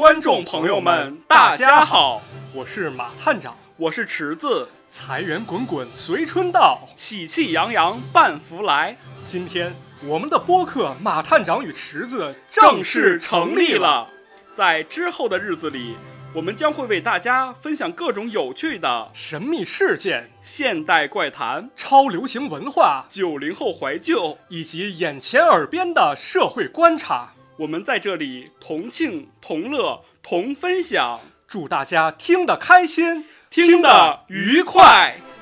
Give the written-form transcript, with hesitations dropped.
观众朋友们，大家好， 我是马探长， 我是池子。 财源滚滚随春到， 喜气洋洋半福来。 今天我们的播客马探长与池子正式成立了。在之后的日子里，我们将会为大家分享各种有趣的神秘事件、 现代怪谈、 超流行文化、 90后怀旧， 以及眼前耳边的社会观察。 我们在这里同庆同乐同分享， 祝大家听得开心， 听得愉快。